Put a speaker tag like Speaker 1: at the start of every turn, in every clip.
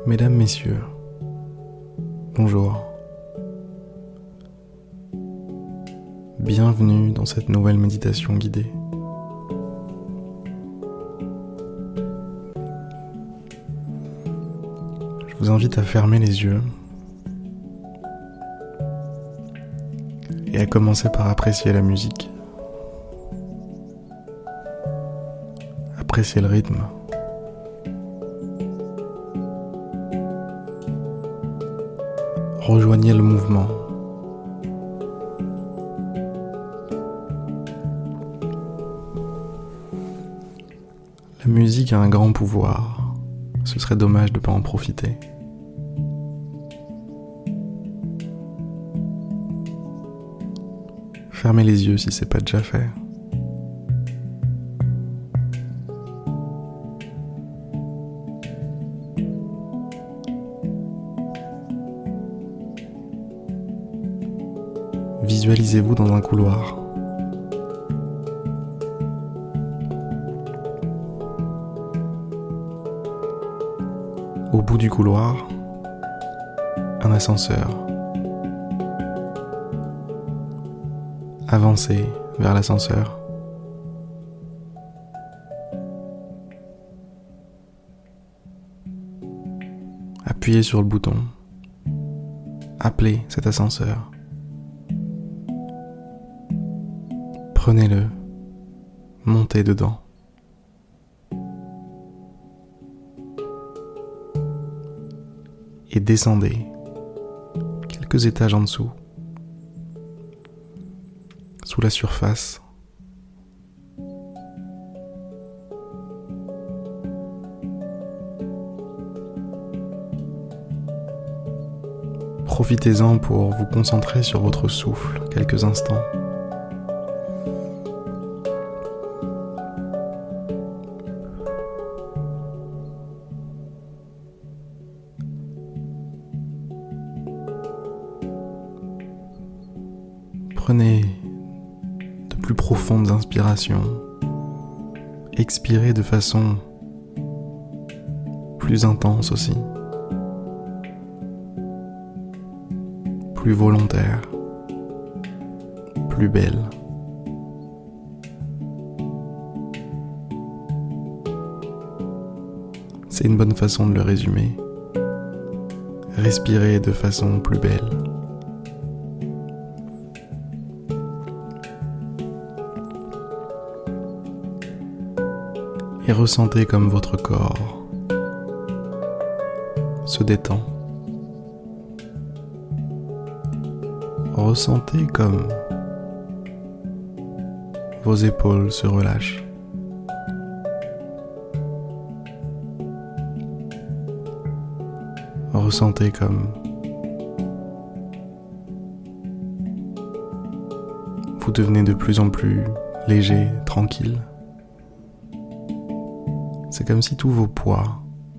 Speaker 1: Mesdames, Messieurs, bonjour. Bienvenue dans cette nouvelle méditation guidée. Je vous invite à fermer les yeux et à commencer par apprécier la musique. Appréciez le rythme. Rejoignez le mouvement. La musique a un grand pouvoir. Ce serait dommage de ne pas en profiter. Fermez les yeux si c'est pas déjà fait. Visualisez-vous dans un couloir. Au bout du couloir, un ascenseur. Avancez vers l'ascenseur. Appuyez sur le bouton. Appelez cet ascenseur. Prenez-le, montez dedans. Et descendez quelques étages en dessous, sous la surface. Profitez-en pour vous concentrer sur votre souffle quelques instants. Prenez de plus profondes inspirations. Expirez de façon plus intense aussi. Plus volontaire. Plus belle. C'est une bonne façon de le résumer. Respirez de façon plus belle. Et ressentez comme votre corps se détend. Ressentez comme vos épaules se relâchent. Ressentez comme vous devenez de plus en plus léger, tranquille. C'est comme si tous vos poids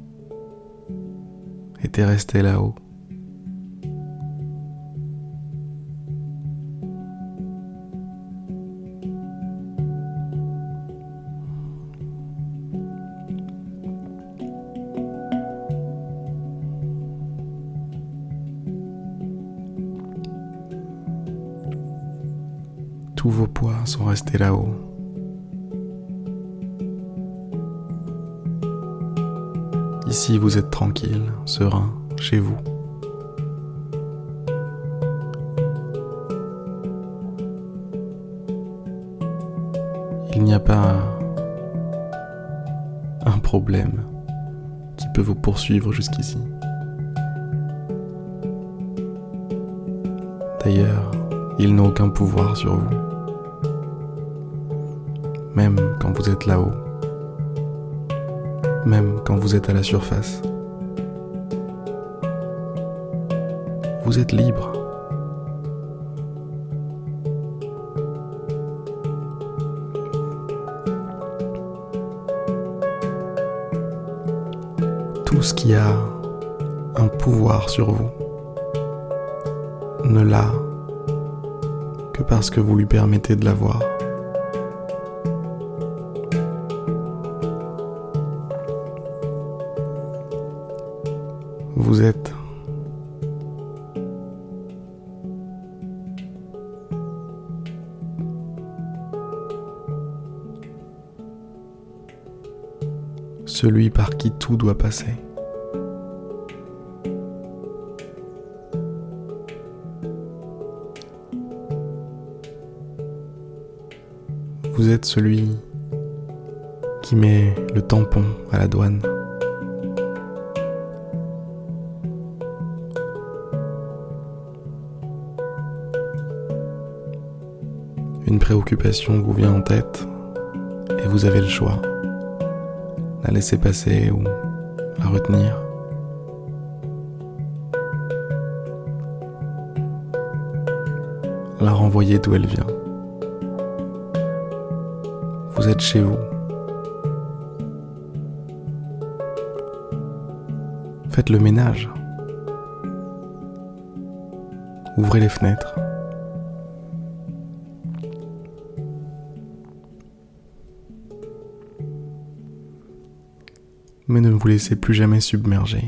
Speaker 1: étaient restés là-haut. Tous vos poids sont restés là-haut. Ici, vous êtes tranquille, serein, chez vous. Il n'y a pas un problème qui peut vous poursuivre jusqu'ici. D'ailleurs, il n'a aucun pouvoir sur vous. Même quand vous êtes là-haut. Même quand vous êtes à la surface. Vous êtes libre. Tout ce qui a un pouvoir sur vous ne l'a que parce que vous lui permettez de l'avoir. Vous êtes celui par qui tout doit passer. Vous êtes celui qui met le tampon à la douane. Une préoccupation vous vient en tête et vous avez le choix. La laisser passer ou la retenir. La renvoyer d'où elle vient. Vous êtes chez vous. Faites le ménage. Ouvrez les fenêtres. Mais ne vous laissez plus jamais submerger.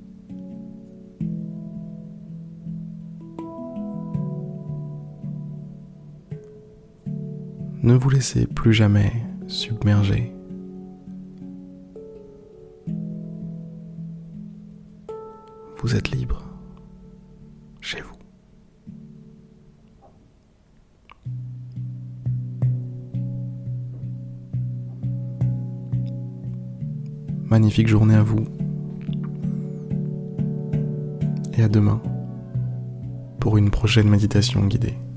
Speaker 1: Ne vous laissez plus jamais submerger. Vous êtes libre, chez vous. Magnifique journée à vous. Et à demain pour une prochaine méditation guidée.